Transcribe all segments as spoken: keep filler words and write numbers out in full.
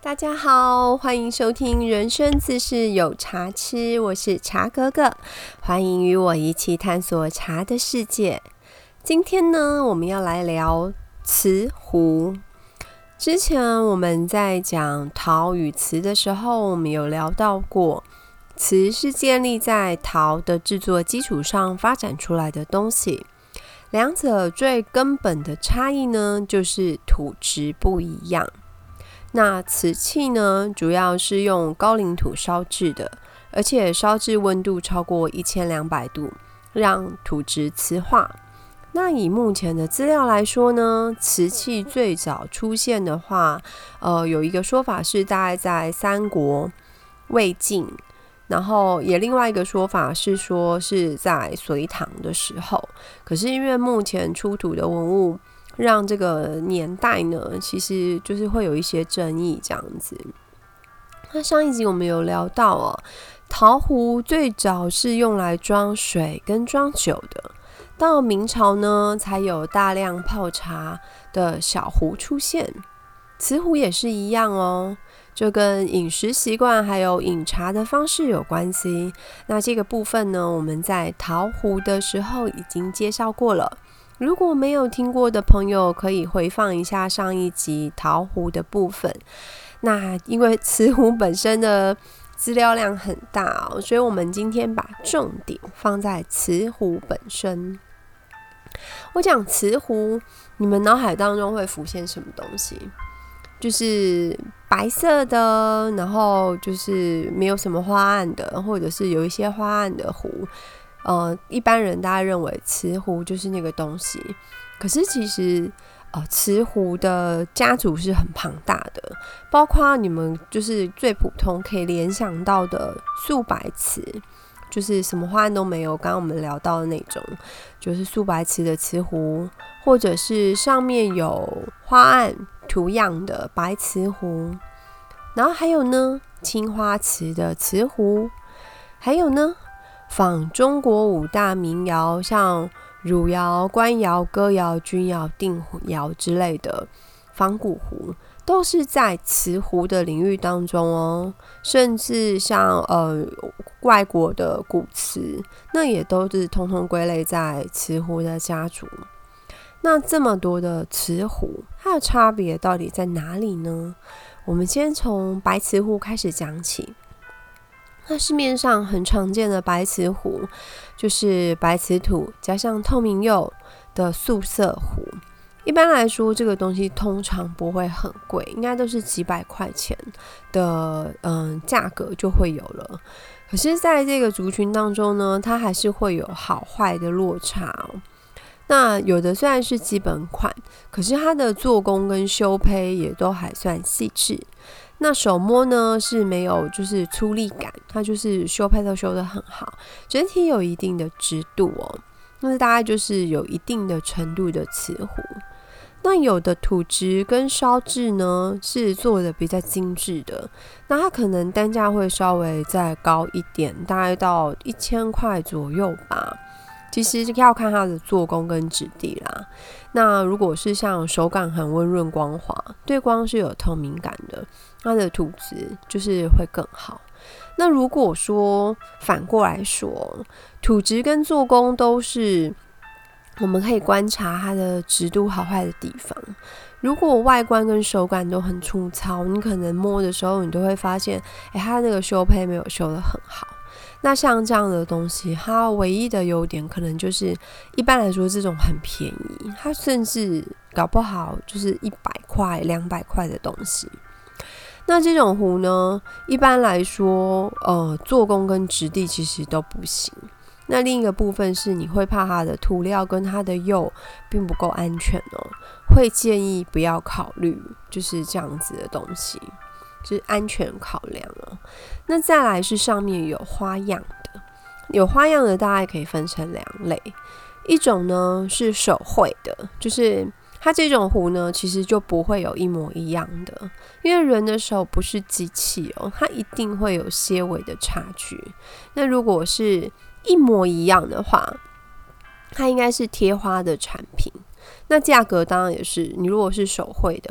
大家好，欢迎收听人生自是有茶吃，我是茶哥哥，欢迎与我一起探索茶的世界。今天呢，我们要来聊瓷壶。之前我们在讲陶与瓷的时候，我们有聊到过，瓷是建立在陶的制作基础上发展出来的东西，两者最根本的差异呢，就是土质不一样。那瓷器呢，主要是用高岭土烧制的，而且烧制温度超过一千两百度，让土质磁化。那以目前的资料来说呢，瓷器最早出现的话，呃，有一个说法是大概在三国、魏晋，然后也另外一个说法是说是在隋唐的时候。可是因为目前出土的文物，让这个年代呢，其实就是会有一些争议这样子。那上一集我们有聊到哦，陶壶最早是用来装水跟装酒的，到明朝呢才有大量泡茶的小壶出现。瓷壶也是一样哦，就跟饮食习惯还有饮茶的方式有关系。那这个部分呢，我们在陶壶的时候已经介绍过了。如果没有听过的朋友，可以回放一下上一集陶壶的部分。那因为瓷壶本身的资料量很大哦，所以我们今天把重点放在瓷壶本身。我讲瓷壶，你们脑海当中会浮现什么东西？就是白色的，然后就是没有什么花案的，或者是有一些花案的壶。呃，一般人大家认为瓷壶就是那个东西，可是其实呃，瓷壶的家族是很庞大的，包括你们就是最普通可以联想到的素白瓷，就是什么花案都没有，刚刚我们聊到的那种，就是素白瓷的瓷壶，或者是上面有花案图样的白瓷壶，然后还有呢青花瓷的瓷壶，还有呢仿中国五大名窑，像汝窑、官窑、哥窑、钧窑、定窑之类的仿古壶，都是在瓷壶的领域当中哦。甚至像呃外国的古瓷，那也都是通通归类在瓷壶的家族。那这么多的瓷壶，它的差别到底在哪里呢？我们先从白瓷壶开始讲起。那市面上很常见的白瓷壶，就是白瓷土加上透明釉的素色壶。一般来说，这个东西通常不会很贵，应该都是几百块钱的嗯价格就会有了。可是在这个族群当中呢，它还是会有好坏的落差哦。那有的虽然是基本款，可是它的做工跟修胚也都还算细致。那手摸呢是没有就是粗粝感，它就是修胚都修得很好，整体有一定的直度哦。那大概就是有一定的程度的瓷壶。那有的土质跟烧制呢是做的比较精致的，那它可能单价会稍微再高一点，大概到一千块左右吧。其实要看它的做工跟质地啦。那如果是像手感很温润光滑，对光是有透明感的，它的土质就是会更好。那如果说反过来说，土质跟做工都是我们可以观察它的质度好坏的地方。如果外观跟手感都很粗糙，你可能摸的时候你都会发现，欸，它那个修胚没有修得很好。那像这样的东西，它唯一的优点可能就是一般来说这种很便宜，它甚至搞不好就是一百块、两百块的东西。那这种壶呢，一般来说，呃，做工跟质地其实都不行。那另一个部分是，你会怕它的涂料跟它的釉并不够安全哦，会建议不要考虑就是这样子的东西。就是安全考量哦。那再来是上面有花样的，有花样的大概可以分成两类，一种呢是手绘的，就是它这种壶呢其实就不会有一模一样的，因为人的手不是机器哦，它一定会有些微的差距。那如果是一模一样的话，它应该是贴花的产品。那价格当然也是，你如果是手绘的壶，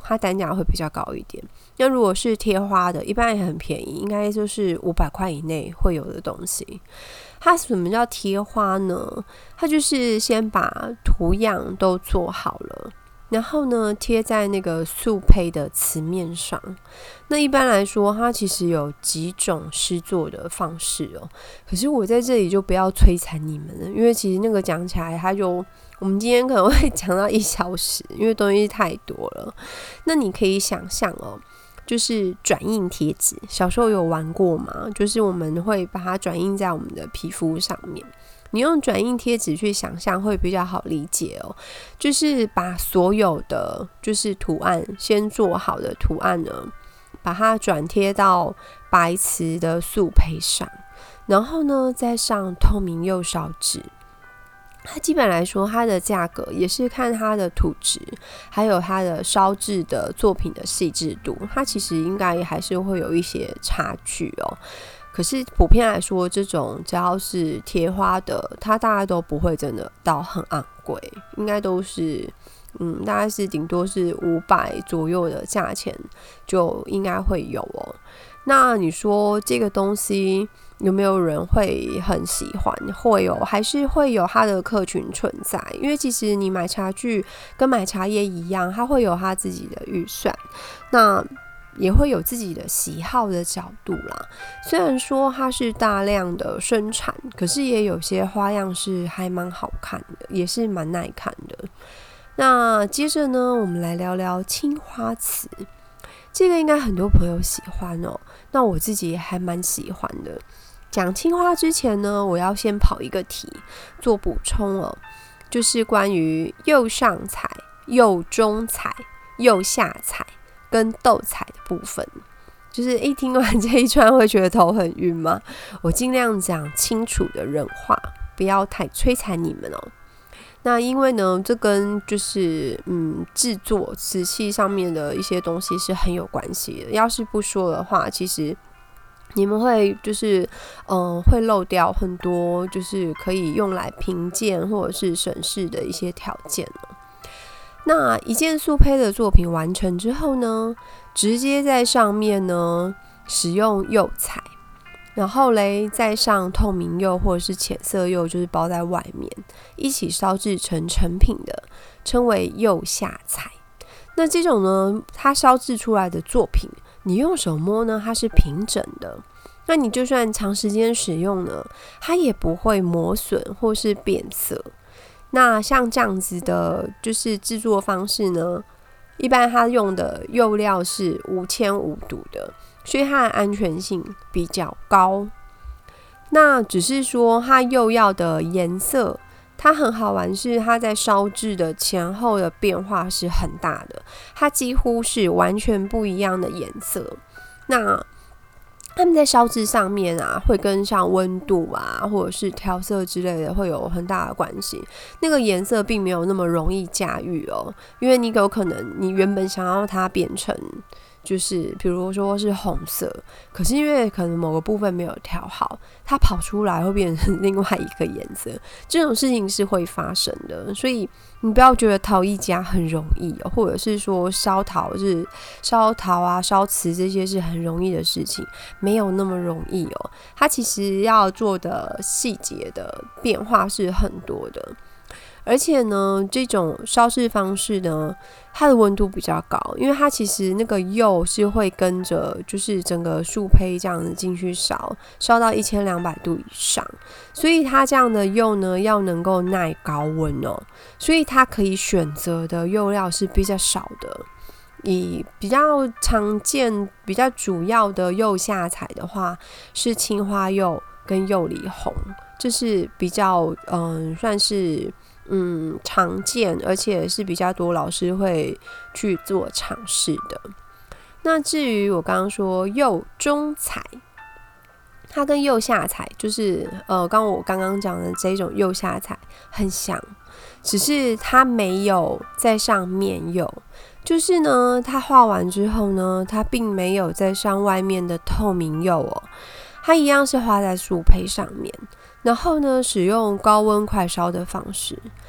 它单价会比较高一点。那如果是贴花的，一般也很便宜，应该就是五百块以内会有的东西。它什么叫贴花呢？它就是先把图样都做好了，然后呢贴在那个素胚的瓷面上。那一般来说它其实有几种施作的方式哦，可是我在这里就不要摧残你们了，因为其实那个讲起来它就我们今天可能会讲到一小时，因为东西太多了。那你可以想象哦，就是转印贴纸，小时候有玩过吗？就是我们会把它转印在我们的皮肤上面。你用转印贴纸去想象会比较好理解哦，就是把所有的就是图案先做好的图案呢，把它转贴到白瓷的素胚上，然后呢再上透明釉烧制。它基本来说它的价格也是看它的土质还有它的烧制的作品的细致度，它其实应该也还是会有一些差距哦。可是普遍来说，这种只要是贴花的，它大概都不会真的到很昂贵，应该都是嗯，大概是顶多是五百左右的价钱就应该会有哦。那你说这个东西有没有人会很喜欢？会有，还是会有它的客群存在。因为其实你买茶具跟买茶叶一样，它会有它自己的预算，那也会有自己的喜好的角度啦。虽然说它是大量的生产，可是也有些花样是还蛮好看的，也是蛮耐看的。那接着呢，我们来聊聊青花瓷。这个应该很多朋友喜欢哦，那我自己也还蛮喜欢的。讲青花之前呢，我要先跑一个题做补充哦，就是关于釉上彩、釉中彩、釉下彩跟斗彩的部分。就是一听完这一串会觉得头很晕吗？我尽量讲清楚的人话，不要太摧残你们哦。那因为呢，这跟就是嗯制作瓷器上面的一些东西是很有关系的。要是不说的话，其实你们会就是嗯、呃、会漏掉很多就是可以用来评鉴或者是审视的一些条件哦。那一件素胚的作品完成之后呢，直接在上面呢使用釉彩。然后嘞，再上透明釉或者是浅色釉，就是包在外面，一起烧制成成品的，称为釉下彩。那这种呢，它烧制出来的作品，你用手摸呢，它是平整的。那你就算长时间使用呢，它也不会磨损或是变色。那像这样子的，就是制作方式呢，一般它用的釉料是无铅无毒的。所以它的安全性比较高。那只是说它釉药的颜色，它很好玩，是它在烧制的前后的变化是很大的，它几乎是完全不一样的颜色。那他们在烧制上面啊，会跟上温度啊，或者是调色之类的，会有很大的关系。那个颜色并没有那么容易驾驭哦，因为你有可能你原本想要它变成就是比如说是红色，可是因为可能某个部分没有调好，它跑出来会变成另外一个颜色，这种事情是会发生的。所以你不要觉得陶艺家很容易哦，或者是说烧陶是烧陶啊、烧瓷这些是很容易的事情，没有那么容易哦。它其实要做的细节的变化是很多的。而且呢，这种烧制方式呢，它的温度比较高，因为它其实那个釉是会跟着就是整个素胚这样子进去烧，烧到一千两百度以上，所以它这样的釉呢要能够耐高温哦，所以它可以选择的釉料是比较少的。以比较常见、比较主要的釉下彩的话，是青花釉跟釉里红，这是比较嗯算是。嗯，常见而且是比较多老师会去做尝试的。那至于我刚刚说釉中彩，它跟釉下彩就是呃，刚我刚刚讲的这种釉下彩很像，只是它没有在上面釉，就是呢，它画完之后呢，它并没有在上外面的透明釉哦，它一样是画在素胚上面。然后呢，使用高温快烧的方式。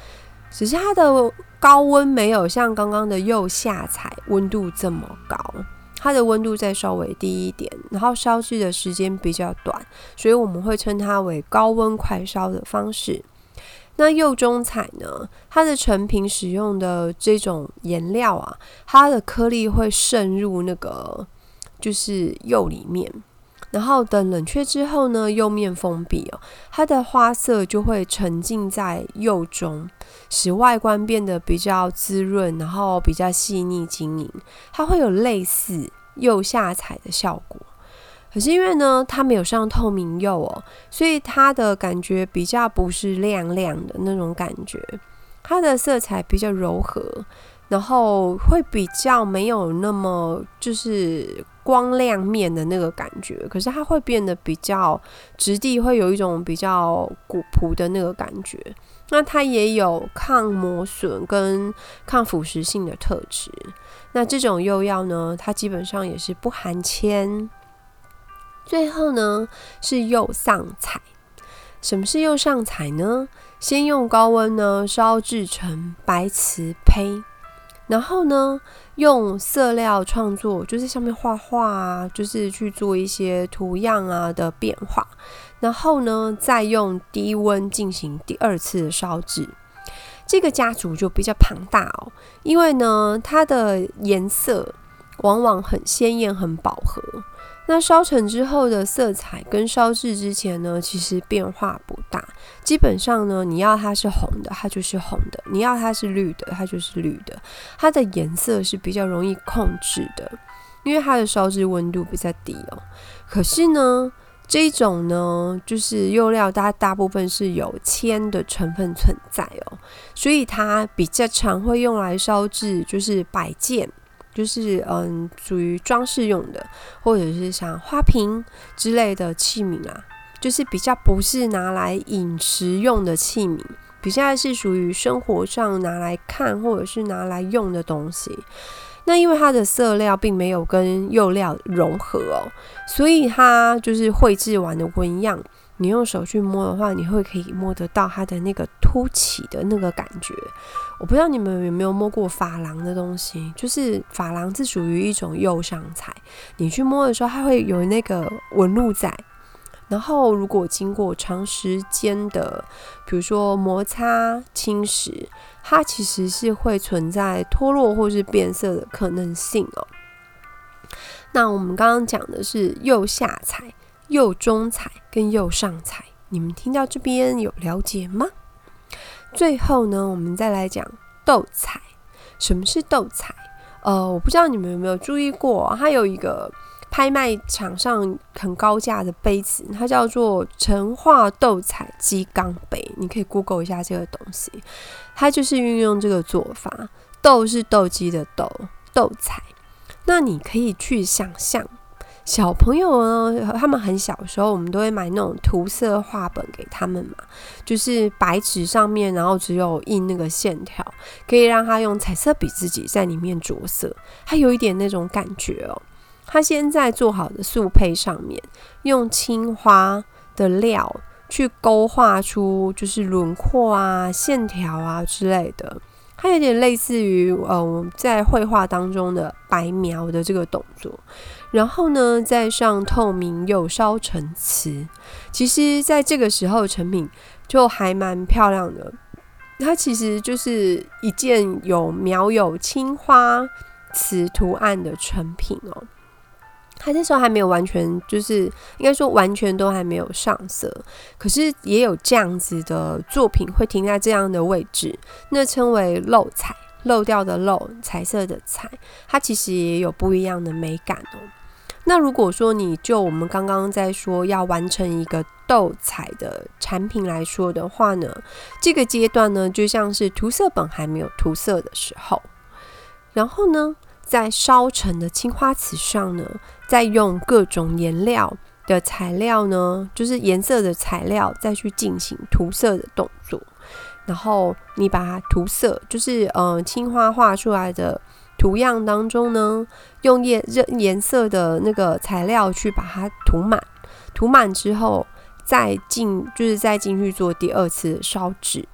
只是它的高温没有像刚刚的釉下彩温度这么高，它的温度再稍微低一点，然后烧制的时间比较短，所以我们会称它为高温快烧的方式。那釉中彩呢，它的成品使用的这种颜料啊，它的颗粒会渗入那个就是釉里面，然后等冷却之后呢，釉面封闭哦，它的花色就会沉浸在釉中，使外观变得比较滋润，然后比较细腻晶莹，它会有类似釉下彩的效果。可是因为呢，它没有上透明釉哦，所以它的感觉比较不是亮亮的那种感觉，它的色彩比较柔和，然后会比较没有那么就是光亮面的那个感觉，可是它会变得比较质地，会有一种比较古朴的那个感觉。那它也有抗磨损跟抗腐蚀性的特质。那这种釉药呢，它基本上也是不含铅。最后呢是釉上彩。什么是釉上彩呢？先用高温呢烧制成白瓷胚，然后呢用色料创作，就是上面画画啊，就是去做一些图样啊的变化，然后呢再用低温进行第二次的烧制。这个家族就比较庞大哦，因为呢它的颜色往往很鲜艳很饱和，那烧成之后的色彩跟烧制之前呢其实变化不大，基本上呢你要它是红的它就是红的，你要它是绿的它就是绿的，它的颜色是比较容易控制的，因为它的烧制温度比较低哦。可是呢这一种呢就是釉料它大部分是有铅的成分存在哦，所以它比较常会用来烧制就是摆件，就是嗯属于装饰用的，或者是像花瓶之类的器皿啊，就是比较不是拿来饮食用的器皿，比较是属于生活上拿来看或者是拿来用的东西。那因为它的色料并没有跟釉料融合哦，所以它就是绘制完的纹样，你用手去摸的话，你会可以摸得到它的那个凸起的那个感觉。我不知道你们有没有摸过珐琅的东西，就是珐琅是属于一种釉上彩，你去摸的时候它会有那个纹路在，然后如果经过长时间的比如说摩擦侵蚀，它其实是会存在脱落或是变色的可能性哦。那我们刚刚讲的是釉下彩、釉中彩跟釉上彩，你们听到这边有了解吗？最后呢我们再来讲斗彩。什么是斗彩？呃，我不知道你们有没有注意过，它有一个拍卖场上很高价的杯子，它叫做成化斗彩鸡缸杯，你可以 Google 一下这个东西。它就是运用这个做法，斗是斗鸡的斗，斗彩。那你可以去想象小朋友呢，他们很小的时候我们都会买那种涂色画本给他们嘛，就是白纸上面然后只有印那个线条，可以让他用彩色笔自己在里面着色，它有一点那种感觉哦。他先在做好的素胚上面用青花的料去勾画出就是轮廓啊线条啊之类的，它有点类似于呃我们在绘画当中的白描的这个动作，然后呢再上透明釉烧成瓷。其实在这个时候成品就还蛮漂亮的，它其实就是一件有描有青花瓷图案的成品哦。它那时候还没有完全，就是应该说完全都还没有上色，可是也有这样子的作品会停在这样的位置，那称为漏彩，漏掉的漏，彩色的彩，它其实也有不一样的美感哦。那如果说你就我们刚刚在说要完成一个斗彩的产品来说的话呢，这个阶段呢就像是涂色本还没有涂色的时候，然后呢在烧成的青花瓷上呢，再用各种颜料的材料呢，就是颜色的材料再去进行涂色的动作，然后你把它涂色，就是呃青花画出来的图样当中呢，用颜颜色的那个材料去把它涂满，涂满之后再进就是再进去做第二次的烧制。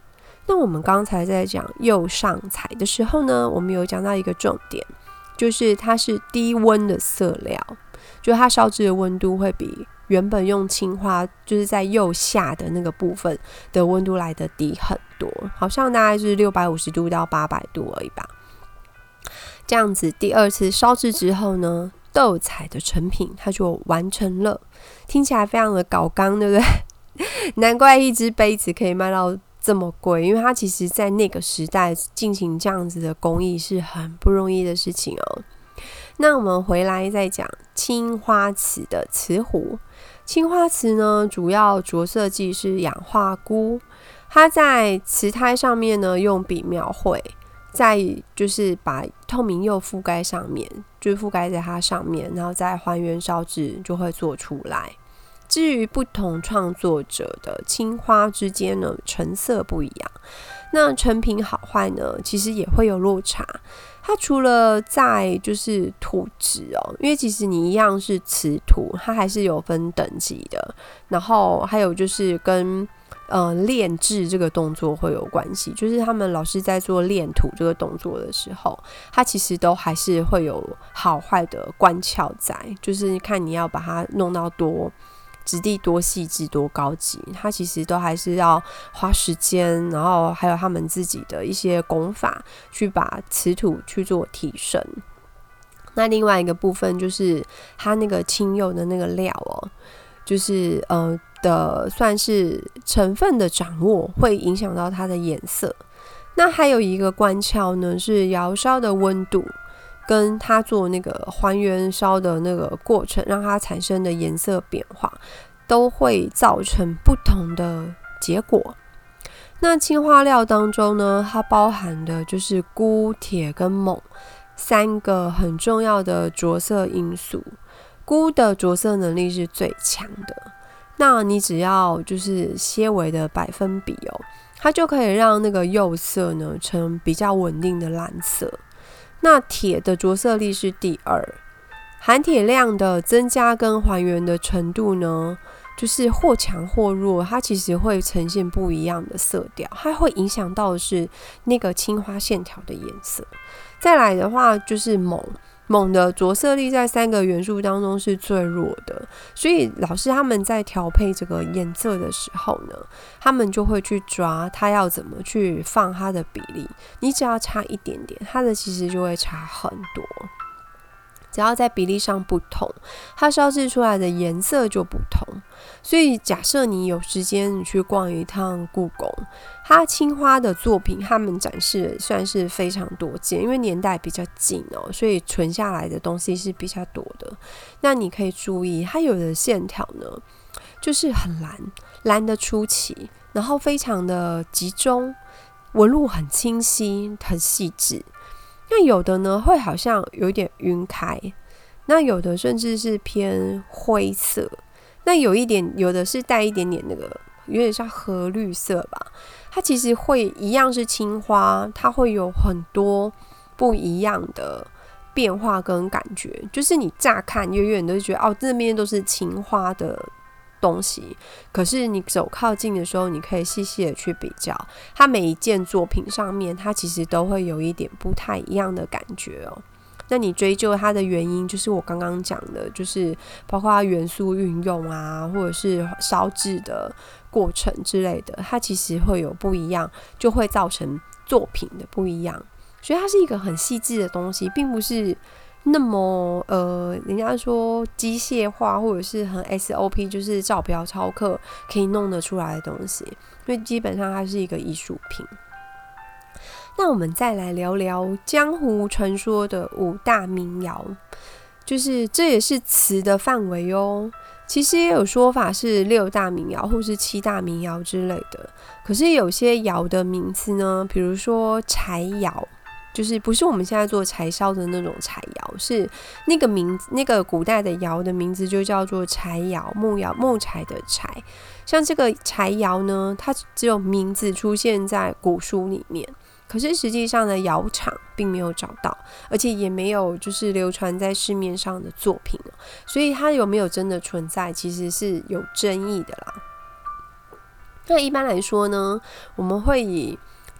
那我们刚才在讲釉上彩的时候呢，我们有讲到一个重点，就是它是低温的色料，就它烧制的温度会比原本用青花就是在釉下的那个部分的温度来得低很多，好像大概是六百五十度到八百度而已吧。这样子第二次烧制之后呢，斗彩的成品它就完成了，听起来非常的搞纲，对不对？难怪一只杯子可以卖到这么贵，因为它其实在那个时代进行这样子的工艺是很不容易的事情哦。那我们回来再讲青花瓷的瓷壶。青花瓷呢，主要着色剂是氧化钴，它在瓷胎上面呢用笔描绘，再就是把透明釉覆盖上面，就是覆盖在它上面，然后再还原烧制就会做出来。至于不同创作者的青花之间呢，成色不一样，那成品好坏呢，其实也会有落差。它除了在就是土质哦，因为其实你一样是瓷土，它还是有分等级的，然后还有就是跟呃炼制这个动作会有关系，就是他们老师在做炼土这个动作的时候，它其实都还是会有好坏的关窍在，就是看你要把它弄到多质地多细致多高级，它其实都还是要花时间，然后还有他们自己的一些功法去把瓷土去做提升。那另外一个部分就是它那个青釉的那个料哦，就是呃的算是成分的掌握会影响到它的颜色。那还有一个关窍呢，是窑烧的温度跟它做那个还原烧的那个过程，让它产生的颜色变化都会造成不同的结果。那青花料当中呢，它包含的就是钴、铁跟锰三个很重要的着色因素。钴的着色能力是最强的，那你只要就是些微的百分比哦，它就可以让那个釉色呢呈比较稳定的蓝色。那铁的着色力是第二，含铁量的增加跟还原的程度呢，就是或强或弱，它其实会呈现不一样的色调，它会影响到的是那个青花线条的颜色。再来的话就是锰，锰的着色力在三个元素当中是最弱的，所以老师他们在调配这个颜色的时候呢，他们就会去抓它要怎么去放它的比例，你只要差一点点，它的其实就会差很多。只要在比例上不同，它烧制出来的颜色就不同。所以假设你有时间你去逛一趟故宫，它青花的作品他们展示的算是非常多件，因为年代比较近哦，所以存下来的东西是比较多的。那你可以注意它有的线条呢就是很蓝，蓝的出奇，然后非常的集中，纹路很清晰很细致。那有的呢会好像有点晕开，那有的甚至是偏灰色，那有一点有的是带一点点那个有点像褐绿色吧，它其实会一样是青花，它会有很多不一样的变化跟感觉，就是你乍看远远都觉得哦这边都是青花的东西，可是你走靠近的时候，你可以细细的去比较，它每一件作品上面，它其实都会有一点不太一样的感觉哦。那你追究它的原因，就是我刚刚讲的，就是包括它元素运用啊，或者是烧制的过程之类的，它其实会有不一样，就会造成作品的不一样。所以它是一个很细致的东西，并不是那么呃，人家说机械化或者是很 S O P， 就是照表操课可以弄得出来的东西，因为基本上它是一个艺术品。那我们再来聊聊江湖传说的五大名窑，就是这也是瓷的范围哦。其实也有说法是六大名窑或是七大名窑之类的，可是有些窑的名字呢，比如说柴窑，就是不是我们现在做柴烧的那种柴窑，是那个名那个古代的窑的名字就叫做柴窑，木窑木材的柴。像这个柴窑呢，它只有名字出现在古书里面，可是实际上的窑厂并没有找到，而且也没有就是流传在市面上的作品，所以它有没有真的存在，其实是有争议的啦。那一般来说呢，我们会以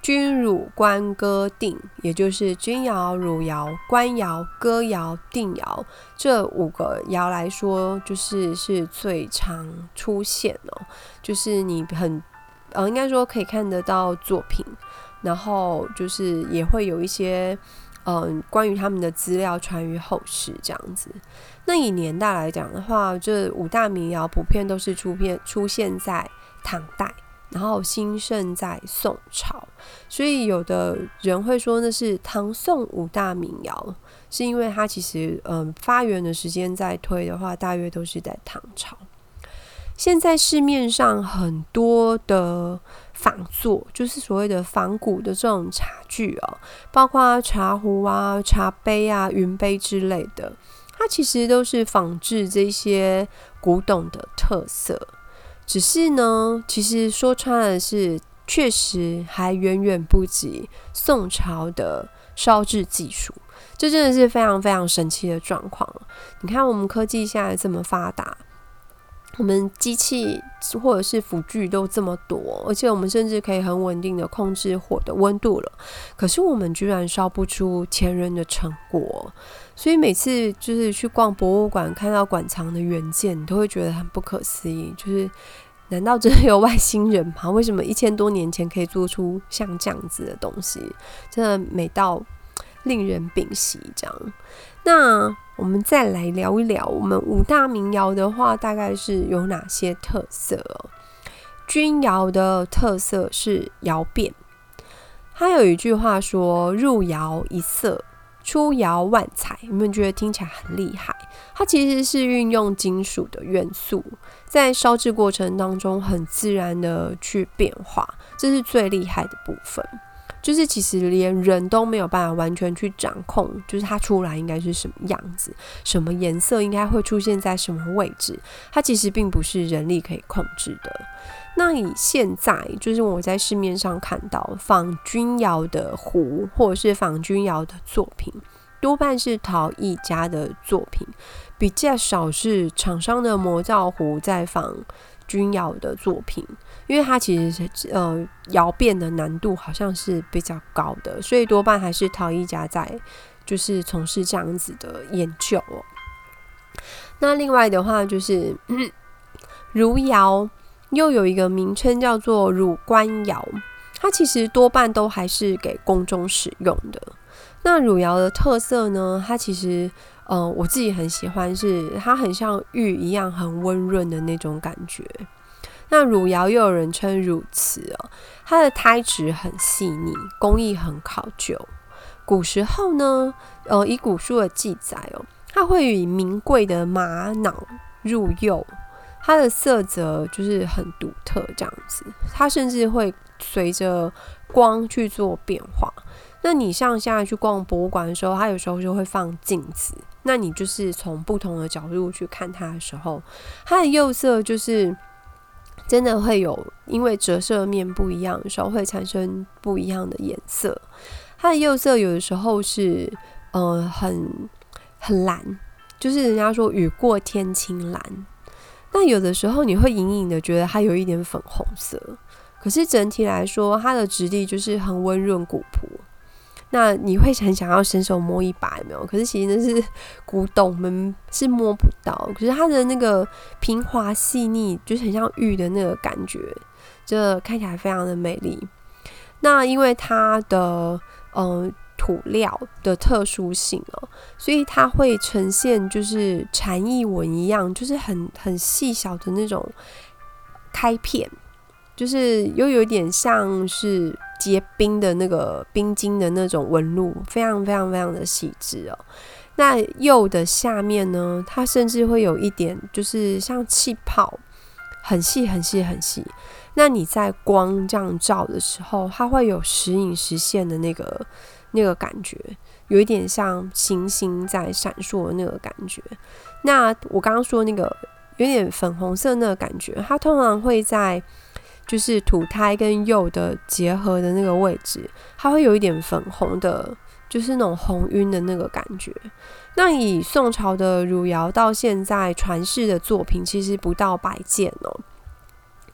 君汝官歌定，也就是君窑、汝窑、官窑、歌窑、定窑这五个窑来说，就是是最常出现哦。就是你很呃，应该说可以看得到作品，然后就是也会有一些嗯、呃、关于他们的资料传于后世这样子。那以年代来讲的话，这五大名窑普遍都是出现出现在唐代。然后兴盛在宋朝，所以有的人会说那是唐宋五大名窑，是因为它其实嗯发源的时间在推的话，大约都是在唐朝。现在市面上很多的仿作，就是所谓的仿古的这种茶具哦，包括茶壶啊、茶杯啊、云杯之类的，它其实都是仿制这些古董的特色。只是呢，其实说穿了是，确实还远远不及宋朝的烧制技术，这真的是非常非常神奇的状况。你看，我们科技现在这么发达，我们机器或者是辅具都这么多，而且我们甚至可以很稳定的控制火的温度了，可是我们居然烧不出前人的成果。所以每次就是去逛博物馆，看到馆藏的原件，你都会觉得很不可思议，就是难道真的有外星人吗？为什么一千多年前可以做出像这样子的东西？真的美到令人屏息这样。那我们再来聊一聊我们五大名窑的话，大概是有哪些特色哦？钧窑的特色是窑变，它有一句话说：“入窑一色，出窑万彩。”有没有觉得听起来很厉害？它其实是运用金属的元素，在烧制过程当中很自然的去变化，这是最厉害的部分。就是其实连人都没有办法完全去掌控，就是它出来应该是什么样子，什么颜色应该会出现在什么位置，它其实并不是人力可以控制的。那以现在就是我在市面上看到仿钧窑的壶，或者是仿钧窑的作品，多半是陶艺家的作品，比较少是厂商的模造壶在仿钧窑的作品，因为它其实是呃窑变的难度好像是比较高的，所以多半还是陶艺家在就是从事这样子的研究哦。那另外的话就是嗯汝窑又有一个名称叫做汝官窑，它其实多半都还是给宫中使用的。那汝窑的特色呢，它其实呃我自己很喜欢，是它很像玉一样很温润的那种感觉。那汝窑又有人称汝瓷哦，它的胎质很细腻，工艺很考究。古时候呢，呃以古书的记载哦，它会以名贵的玛瑙入釉，它的色泽就是很独特这样子，它甚至会随着光去做变化。那你像现在去逛博物馆的时候，它有时候就会放镜子，那你就是从不同的角度去看它的时候，它的釉色就是真的会有，因为折射面不一样的时候会产生不一样的颜色。它的釉色有的时候是呃很很蓝，就是人家说雨过天青蓝。那有的时候你会隐隐的觉得它有一点粉红色，可是整体来说它的质地就是很温润古朴。那你会很想要伸手摸一把，有没有？可是其实那是古董，我们是摸不到。可是它的那个平滑细腻，就是很像玉的那个感觉，这看起来非常的美丽。那因为它的呃土料的特殊性哦，所以它会呈现就是蝉翼纹一样，就是很很细小的那种开片，就是又有点像是结冰的那个冰晶的那种纹路，非常非常非常的细致哦。那釉的下面呢，它甚至会有一点就是像气泡，很细很细很细。那你在光这样照的时候，它会有时隐时现的那个那个感觉，有一点像星星在闪烁的那个感觉。那我刚刚说那个有点粉红色那个感觉，它通常会在就是土胎跟釉的结合的那个位置，它会有一点粉红的，就是那种红晕的那个感觉。那以宋朝的汝窑到现在传世的作品其实不到百件哦。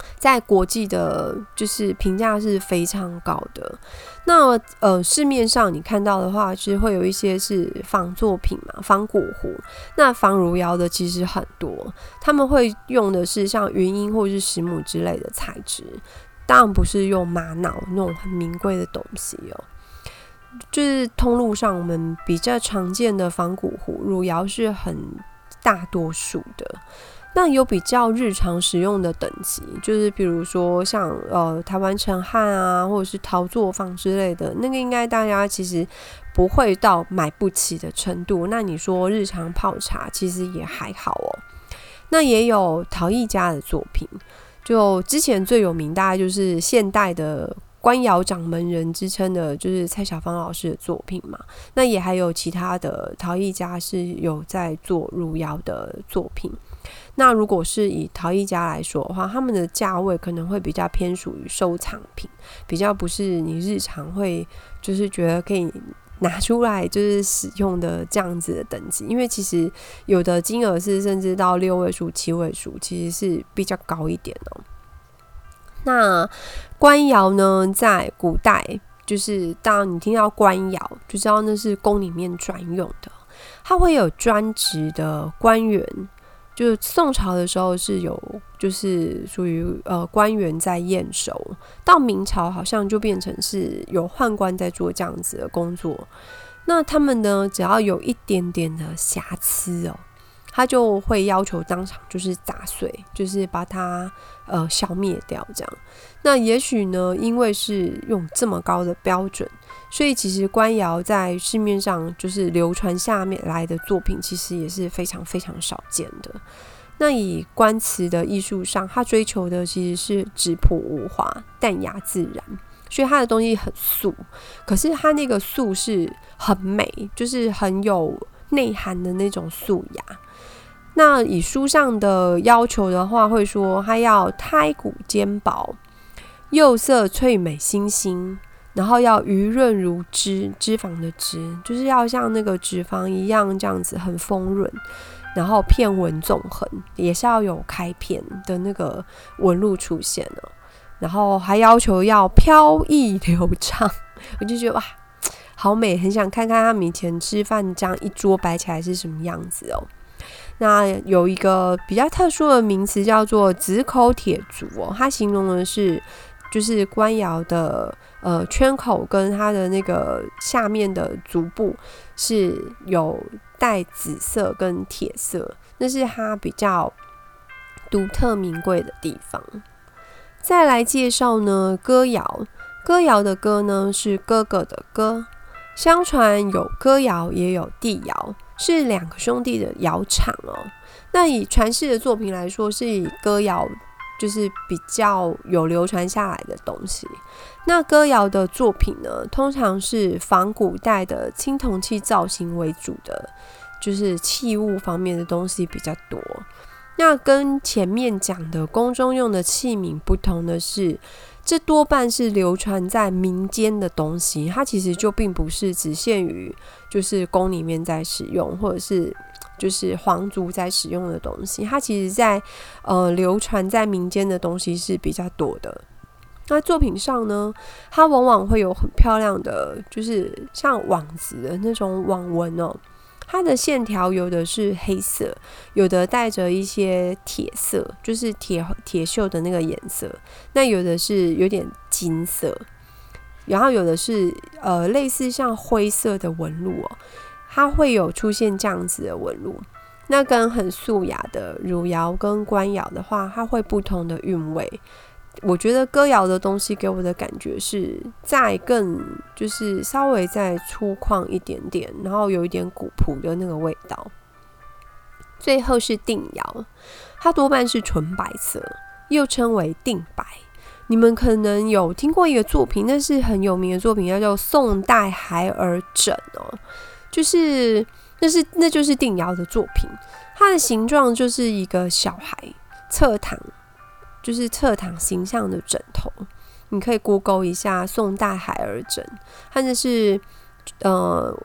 在国际的就是评价是非常高的。那呃市面上你看到的话，其实会有一些是仿作品嘛，仿古壶。那仿汝窑的其实很多，他们会用的是像云英或是石母之类的材质，当然不是用玛瑙那种很名贵的东西哦。就是通路上我们比较常见的仿古壶，汝窑是很大多数的。那有比较日常使用的等级，就是比如说像呃台湾陈汉啊，或者是陶作坊之类的，那个应该大家其实不会到买不起的程度。那你说日常泡茶，其实也还好哦。那也有陶艺家的作品，就之前最有名大概就是现代的官窑掌门人之称的，就是蔡小芳老师的作品嘛。那也还有其他的陶艺家是有在做汝窑的作品。那如果是以陶艺家来说的话，他们的价位可能会比较偏属于收藏品，比较不是你日常会就是觉得可以拿出来就是使用的这样子的等级。因为其实有的金额是甚至到六位数、七位数，其实是比较高一点哦。那官窑呢，在古代就是当你听到官窑，就知道那是宫里面专用的，它会有专职的官员。就宋朝的时候是有，就是属于呃官员在验收，到明朝好像就变成是有宦官在做这样子的工作。那他们呢，只要有一点点的瑕疵哦，他就会要求当场就是砸碎，就是把它呃消灭掉这样。那也许呢，因为是用这么高的标准，所以其实官窑在市面上就是流传下面来的作品，其实也是非常非常少见的。那以官瓷的艺术上，它追求的其实是质朴无华、淡雅自然，所以它的东西很素，可是它那个素是很美，就是很有内涵的那种素雅。那以书上的要求的话，会说它要胎骨坚薄，釉色翠美清新，然后要余润如脂，脂肪的脂，就是要像那个脂肪一样这样子很丰润，然后片纹纵横，也是要有开片的那个纹路出现了。然后还要求要飘逸流畅，我就觉得哇，好美，很想看看他们以前吃饭这样一桌摆起来是什么样子哦。那有一个比较特殊的名词叫做紫口铁足哦，它形容的是就是官窑的呃圈口跟它的那个下面的足部是有带紫色跟铁色，那是它比较独特名贵的地方。再来介绍呢歌窑，歌窑的歌呢是哥哥的歌，相传有歌窑也有地窑，是两个兄弟的窑厂哦。那以传世的作品来说，是以歌窑就是比较有流传下来的东西。那歌窑的作品呢，通常是仿古代的青铜器造型为主的，就是器物方面的东西比较多。那跟前面讲的宫中用的器皿不同的是，这多半是流传在民间的东西，它其实就并不是只限于就是宫里面在使用，或者是就是皇族在使用的东西，它其实在呃流传在民间的东西是比较多的。那作品上呢，它往往会有很漂亮的，就是像网子的那种网纹哦。它的线条有的是黑色，有的带着一些铁色，就是铁铁锈的那个颜色。那有的是有点金色，然后有的是呃类似像灰色的纹路哦，它会有出现这样子的纹路。那跟很素雅的汝窑跟官窑的话，它会不同的韵味。我觉得歌窑的东西给我的感觉是再更就是稍微再粗犷一点点，然后有一点古朴的那个味道。最后是定窑，它多半是纯白色，又称为定白。你们可能有听过一个作品，那是很有名的作品，叫做宋代孩儿枕哦，就是那是那就是定窑的作品。它的形状就是一个小孩侧躺。就是侧躺形象的枕头，你可以 Google 一下宋代孩儿枕，它就是呃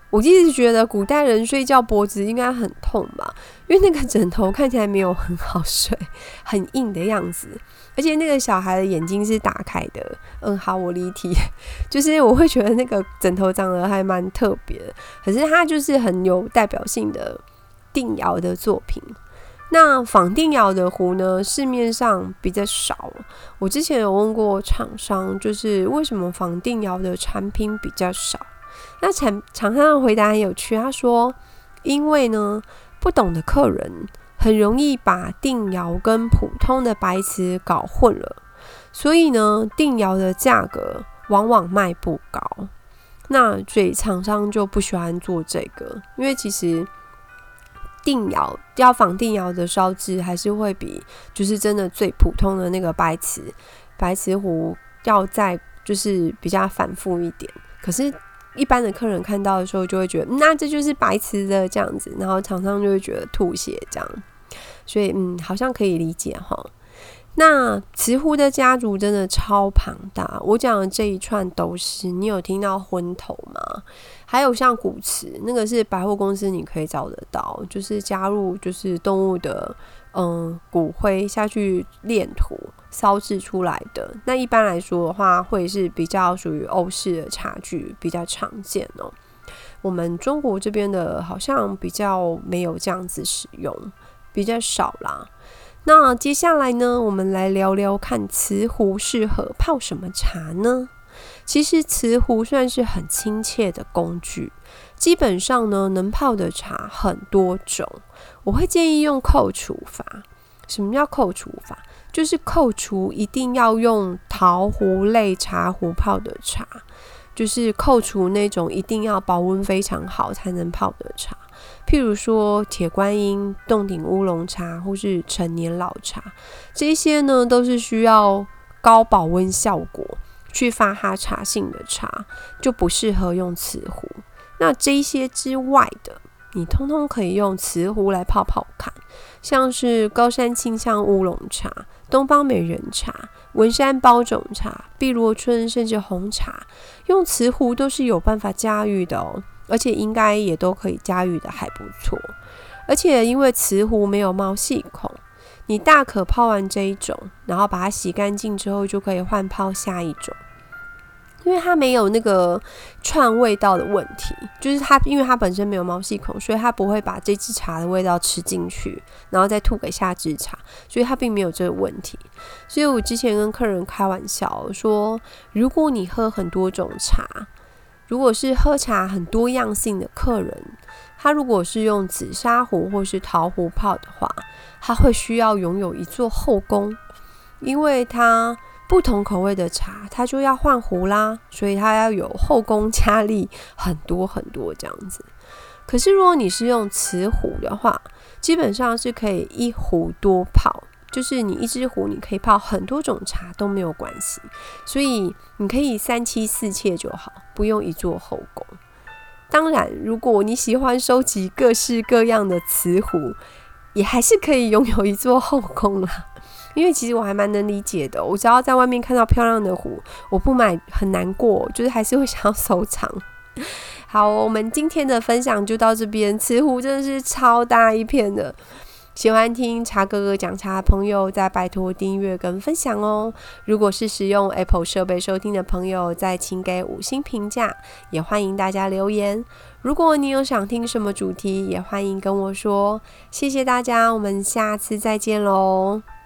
我一直觉得古代人睡觉脖子应该很痛吧，因为那个枕头看起来没有很好睡，很硬的样子，而且那个小孩的眼睛是打开的。嗯，好，我离题，就是我会觉得那个枕头长得还蛮特别的，可是它就是很有代表性的定窑的作品。那仿定窑的壶呢，市面上比较少。我之前有问过厂商，就是为什么仿定窑的产品比较少？那厂厂商的回答很有趣，他说，因为呢，不懂的客人很容易把定窑跟普通的白瓷搞混了，所以呢，定窑的价格往往卖不高。那所以厂商就不喜欢做这个，因为其实定窑要仿定窑的烧制还是会比就是真的最普通的那个白瓷白瓷壶要再就是比较繁复一点。可是一般的客人看到的时候就会觉得、嗯、那这就是白瓷的这样子，然后厂商就会觉得吐血这样，所以嗯好像可以理解齁。那瓷壶的家族真的超庞大，我讲的这一串都是。你有听到昏头吗？还有像古瓷，那个是百货公司你可以找得到，就是加入就是动物的嗯骨灰下去炼土烧制出来的。那一般来说的话，会是比较属于欧式的茶具，比较常见哦。我们中国这边的好像比较没有这样子使用，比较少啦。那接下来呢，我们来聊聊看瓷壶适合泡什么茶呢？其实瓷壶算是很亲切的工具，基本上呢能泡的茶很多种。我会建议用扣除法。什么叫扣除法？就是扣除一定要用陶壶类茶壶泡的茶，就是扣除那种一定要保温非常好才能泡的茶。譬如说铁观音、洞顶乌龙茶或是陈年老茶，这些呢都是需要高保温效果去发它茶性的茶，就不适合用瓷壶。那这些之外的，你通通可以用瓷壶来泡泡看，像是高山清香乌龙茶、东方美人茶、文山包种茶、碧螺春甚至红茶，用瓷壶都是有办法驾驭的哦。而且应该也都可以驾驭的还不错，而且因为瓷壶没有毛细孔，你大可泡完这一种，然后把它洗干净之后，就可以换泡下一种，因为它没有那个串味道的问题，就是它因为它本身没有毛细孔，所以它不会把这支茶的味道吃进去，然后再吐给下支茶，所以它并没有这个问题。所以我之前跟客人开玩笑说，如果你喝很多种茶，如果是喝茶很多样性的客人，他如果是用紫砂壶或是陶壶泡的话，他会需要拥有一座后宫，因为他不同口味的茶他就要换壶啦，所以他要有后宫佳丽很多很多这样子。可是如果你是用瓷壶的话，基本上是可以一壶多泡，就是你一只壶你可以泡很多种茶都没有关系，所以你可以三妻四妾就好，不用一座后宫。当然如果你喜欢收集各式各样的瓷壶，也还是可以拥有一座后宫啦。因为其实我还蛮能理解的，我只要在外面看到漂亮的壶，我不买很难过，就是还是会想要收藏。好，我们今天的分享就到这边，瓷壶真的是超大一片的，喜欢听茶哥哥讲茶的朋友再拜托订阅跟分享哦。如果是使用 Apple 设备收听的朋友，再请给五星评价，也欢迎大家留言。如果你有想听什么主题，也欢迎跟我说。谢谢大家，我们下次再见咯。